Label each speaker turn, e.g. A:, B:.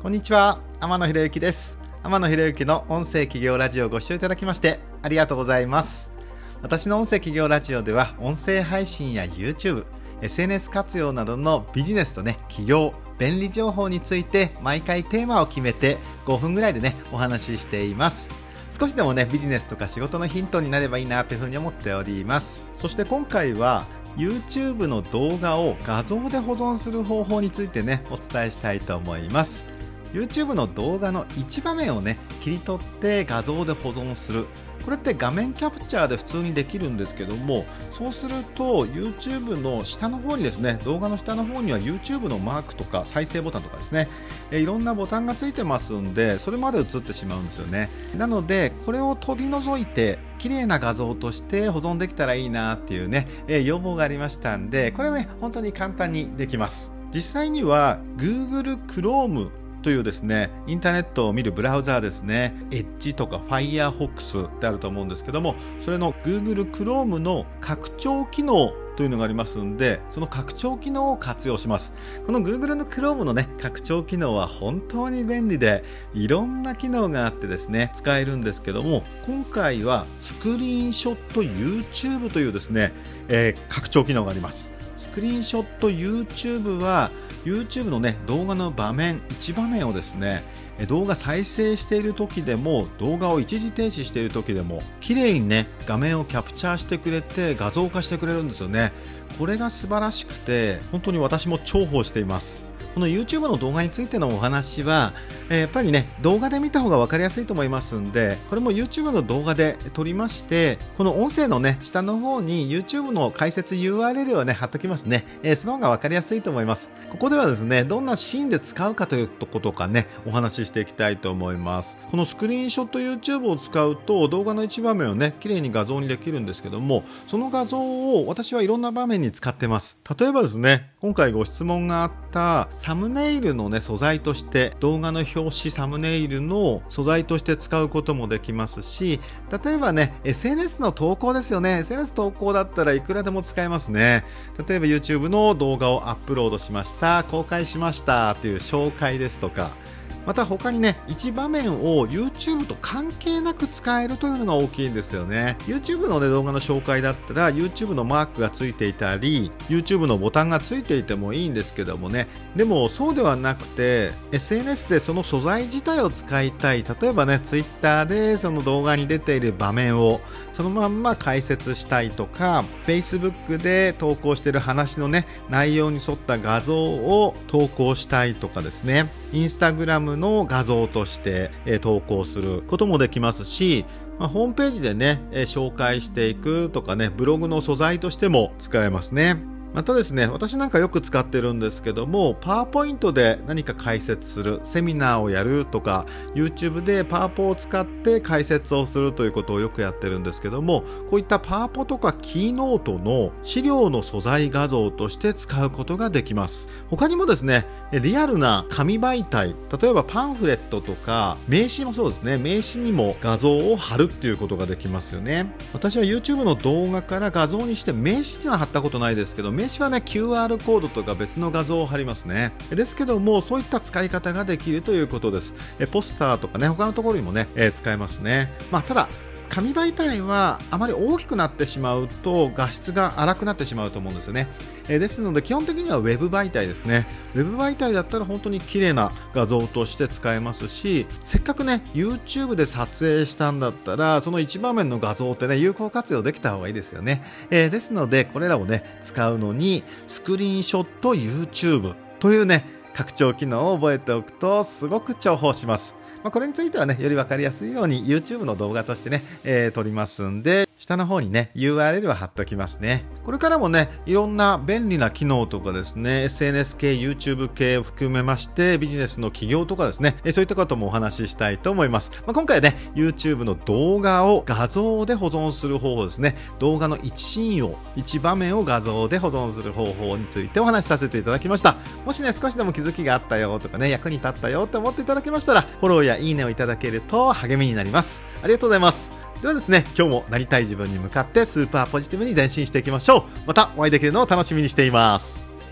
A: こんにちは、天野ひろゆきです。天野ひろゆきの音声企業ラジオをご視聴いただきましてありがとうございます。私の音声企業ラジオでは音声配信や YouTube、SNS 活用などのビジネスと企業、便利情報について毎回テーマを決めて5分ぐらいでお話ししています。少しでもビジネスとか仕事のヒントになればいいなというふうに思っております。そして今回はYouTube の動画を画像で保存する方法についてお伝えしたいと思います。YouTube の動画の一場面を切り取って画像で保存する。これって画面キャプチャーで普通にできるんですけども、そうすると YouTube の下の方に動画の下の方には YouTube のマークとか再生ボタンとかいろんなボタンがついてますんで、それまで映ってしまうんですよね。なのでこれを取り除いて綺麗な画像として保存できたらいいなっていう要望がありましたんで、これは本当に簡単にできます。実際には Google Chromeというインターネットを見るブラウザーですね。Edge とか Firefox ってあると思うんですけども、それの Google Chrome の拡張機能というのがありますんで、その拡張機能を活用します。この Google の Chrome の拡張機能は本当に便利で、いろんな機能があって使えるんですけども、今回はスクリーンショット YouTube という拡張機能があります。スクリーンショット YouTube は YouTube の動画の場面、一場面を動画再生している時でも、動画を一時停止している時でも綺麗に画面をキャプチャーしてくれて画像化してくれるんですよね。これが素晴らしくて、本当に私も重宝しています。この YouTube の動画についてのお話はやっぱり動画で見た方が分かりやすいと思いますんで、これも YouTube の動画で撮りまして、この音声の下の方に YouTube の解説 URL を貼っときますね。その方が分かりやすいと思います。ここではどんなシーンで使うかというところとかお話ししていきたいと思います。このスクリーンショット YouTube を使うと動画の一場面を綺麗に画像にできるんですけども、その画像を私はいろんな場面に使ってます。例えば今回ご質問があったサムネイルの素材として、動画の表紙サムネイルの素材として使うこともできますし、例えばSNS の投稿ですよね。 SNS 投稿だったらいくらでも使えますね。例えば YouTube の動画をアップロードしました、公開しましたという紹介ですとか、また他に一場面を YouTube と関係なく使えるというのが大きいんですよね。 YouTube の動画の紹介だったら YouTube のマークがついていたり YouTube のボタンがついていてもいいんですけどもでもそうではなくて SNS でその素材自体を使いたい。例えばTwitter でその動画に出ている場面をそのまんま解説したいとか、 Facebook で投稿している話の内容に沿った画像を投稿したいとかInstagram の画像として投稿することもできますし、ホームページで紹介していくとかブログの素材としても使えますね。また私なんかよく使ってるんですけども、パワーポイントで何か解説する、セミナーをやるとか YouTube でパワポを使って解説をするということをよくやってるんですけども、こういったパワポとかキーノートの資料の素材画像として使うことができます。他にもリアルな紙媒体、例えばパンフレットとか名刺もそうですね。名刺にも画像を貼るっていうことができますよね。私は YouTube の動画から画像にして、名刺には貼ったことないですけど、名刺はQR コードとか別の画像を貼りますね。ですけどもそういった使い方ができるということです。ポスターとか他のところにも使えますね。ただ紙媒体はあまり大きくなってしまうと画質が荒くなってしまうと思うんですよね。ですので基本的にはウェブ媒体ですね。ウェブ媒体だったら本当に綺麗な画像として使えますし、せっかくYouTube で撮影したんだったらその一場面の画像って有効活用できた方がいいですよね。ですのでこれらを使うのにスクリーンショット YouTube という拡張機能を覚えておくとすごく重宝します。これについてはより分かりやすいように YouTube の動画として撮りますんで、下の方にURL は貼っておきますね。これからもいろんな便利な機能とかSNS 系 YouTube 系を含めましてビジネスの企業とかそういったこともお話ししたいと思います。今回はYouTube の動画を画像で保存する方法ですね。動画の一シーンを、一場面を画像で保存する方法についてお話しさせていただきました。もし少しでも気づきがあったよとか役に立ったよと思っていただけましたら、フォローやいいねをいただけると励みになります。ありがとうございます。では今日もなりたい自分に向かってスーパーポジティブに前進していきましょう。またお会いできるのを楽しみにしています。